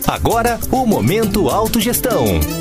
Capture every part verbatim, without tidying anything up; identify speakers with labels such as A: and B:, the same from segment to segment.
A: Agora, o Momento Autogestão.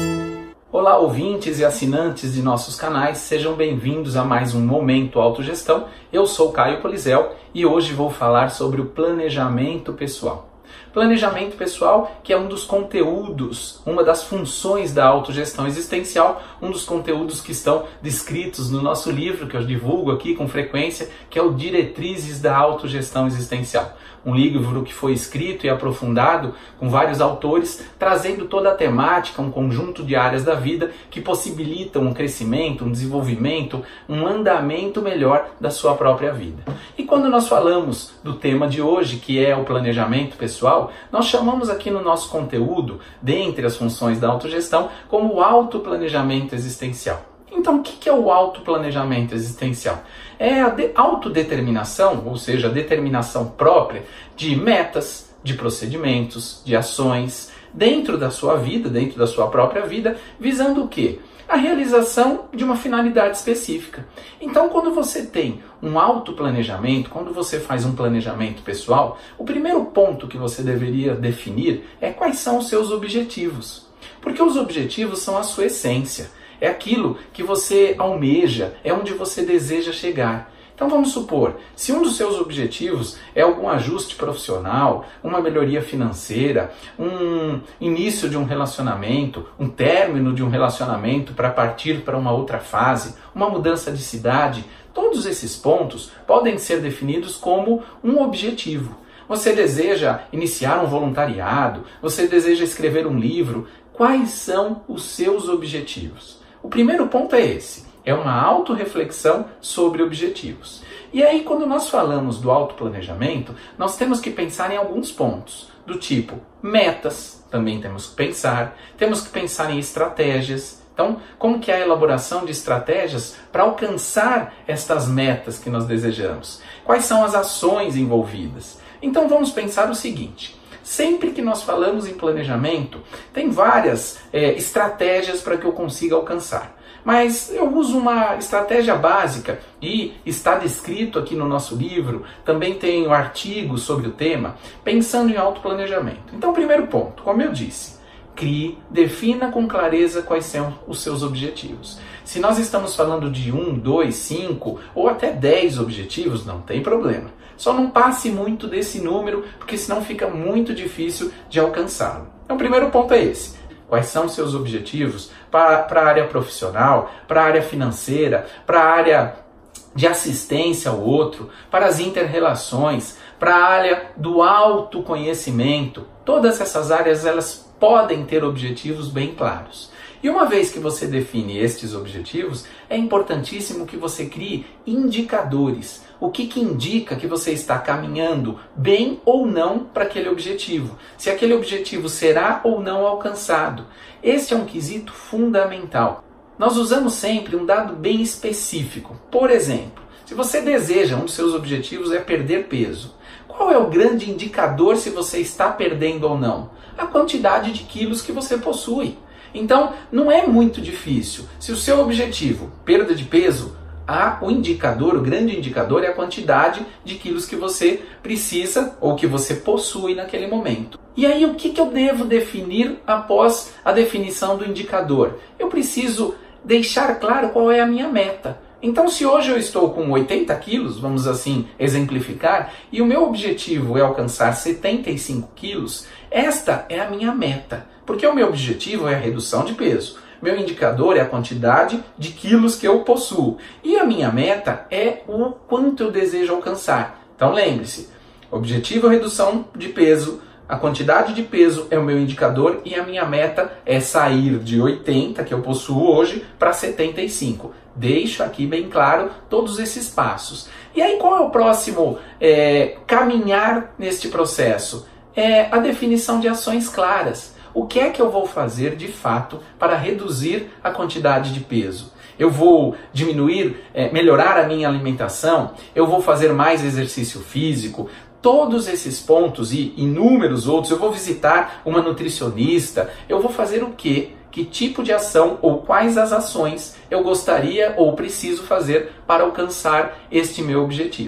B: Olá, ouvintes e assinantes de nossos canais, sejam bem-vindos a mais um Momento Autogestão. Eu sou Caio Polizel e hoje vou falar sobre o planejamento pessoal. Planejamento pessoal, que é um dos conteúdos, uma das funções da autogestão existencial, um dos conteúdos que estão descritos no nosso livro, que eu divulgo aqui com frequência, que é o Diretrizes da Autogestão Existencial. Um livro que foi escrito e aprofundado com vários autores, trazendo toda a temática, um conjunto de áreas da vida que possibilitam um crescimento, um desenvolvimento, um andamento melhor da sua própria vida. E quando nós falamos do tema de hoje, que é o planejamento pessoal, nós chamamos aqui no nosso conteúdo, dentre as funções da autogestão, como o autoplanejamento existencial. Então, o que é o autoplanejamento existencial? É a de- autodeterminação, ou seja, a determinação própria de metas, de procedimentos, de ações, dentro da sua vida, dentro da sua própria vida, visando o quê? A realização de uma finalidade específica. Então, quando você tem um autoplanejamento, quando você faz um planejamento pessoal, o primeiro ponto que você deveria definir é quais são os seus objetivos. Porque os objetivos são a sua essência. É aquilo que você almeja, é onde você deseja chegar. Então vamos supor, se um dos seus objetivos é algum ajuste profissional, uma melhoria financeira, um início de um relacionamento, um término de um relacionamento para partir para uma outra fase, uma mudança de cidade, todos esses pontos podem ser definidos como um objetivo. Você deseja iniciar um voluntariado, você deseja escrever um livro, quais são os seus objetivos? O primeiro ponto é esse, é uma autorreflexão sobre objetivos. E aí, quando nós falamos do autoplanejamento, nós temos que pensar em alguns pontos, do tipo metas, também temos que pensar, temos que pensar em estratégias. Então, como que é a elaboração de estratégias para alcançar estas metas que nós desejamos? Quais são as ações envolvidas? Então, vamos pensar o seguinte. Sempre que nós falamos em planejamento, tem várias é, estratégias para que eu consiga alcançar. Mas eu uso uma estratégia básica e está descrito aqui no nosso livro, também tenho artigos sobre o tema, pensando em autoplanejamento. Então, primeiro ponto, como eu disse, crie, defina com clareza quais são os seus objetivos. Se nós estamos falando de um, dois, cinco ou até dez objetivos, não tem problema. Só não passe muito desse número, porque senão fica muito difícil de alcançá-lo. Então, o primeiro ponto é esse. Quais são os seus objetivos para, para a área profissional, para a área financeira, para a área de assistência ao outro, para as inter-relações, para a área do autoconhecimento. Todas essas áreas, elas podem ter objetivos bem claros. E uma vez que você define estes objetivos, é importantíssimo que você crie indicadores. O que, que indica que você está caminhando bem ou não para aquele objetivo? Se aquele objetivo será ou não alcançado. Este é um quesito fundamental. Nós usamos sempre um dado bem específico. Por exemplo, se você deseja, um dos seus objetivos é perder peso. Qual é o grande indicador se você está perdendo ou não? A quantidade de quilos que você possui. Então, não é muito difícil. Se o seu objetivo, perda de peso, ah, o indicador, o grande indicador é a quantidade de quilos que você precisa ou que você possui naquele momento. E aí, o que, que eu devo definir após a definição do indicador? Eu preciso deixar claro qual é a minha meta. Então, se hoje eu estou com oitenta quilos, vamos assim exemplificar, e o meu objetivo é alcançar setenta e cinco quilos, esta é a minha meta, porque o meu objetivo é a redução de peso. Meu indicador é a quantidade de quilos que eu possuo. E a minha meta é o quanto eu desejo alcançar. Então lembre-se, objetivo é redução de peso, a quantidade de peso é o meu indicador e a minha meta é sair de oitenta, que eu possuo hoje, para setenta e cinco. Deixo aqui bem claro todos esses passos. E aí qual é o próximo é, caminhar neste processo? É a definição de ações claras. O que é que eu vou fazer de fato para reduzir a quantidade de peso? Eu vou diminuir, é, melhorar a minha alimentação? Eu vou fazer mais exercício físico? Todos esses pontos e inúmeros outros, eu vou visitar uma nutricionista, eu vou fazer o quê? Que tipo de ação ou quais as ações eu gostaria ou preciso fazer para alcançar este meu objetivo?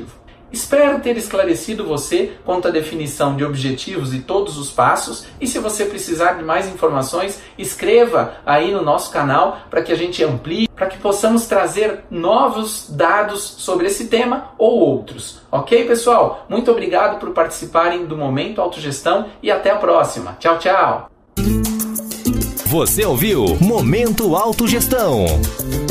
B: Espero ter esclarecido você quanto à definição de objetivos e todos os passos, e se você precisar de mais informações, escreva aí no nosso canal para que a gente amplie, para que possamos trazer novos dados sobre esse tema ou outros. Ok, pessoal? Muito obrigado por participarem do Momento Autogestão e até a próxima. Tchau, tchau!
A: Você ouviu Momento Autogestão.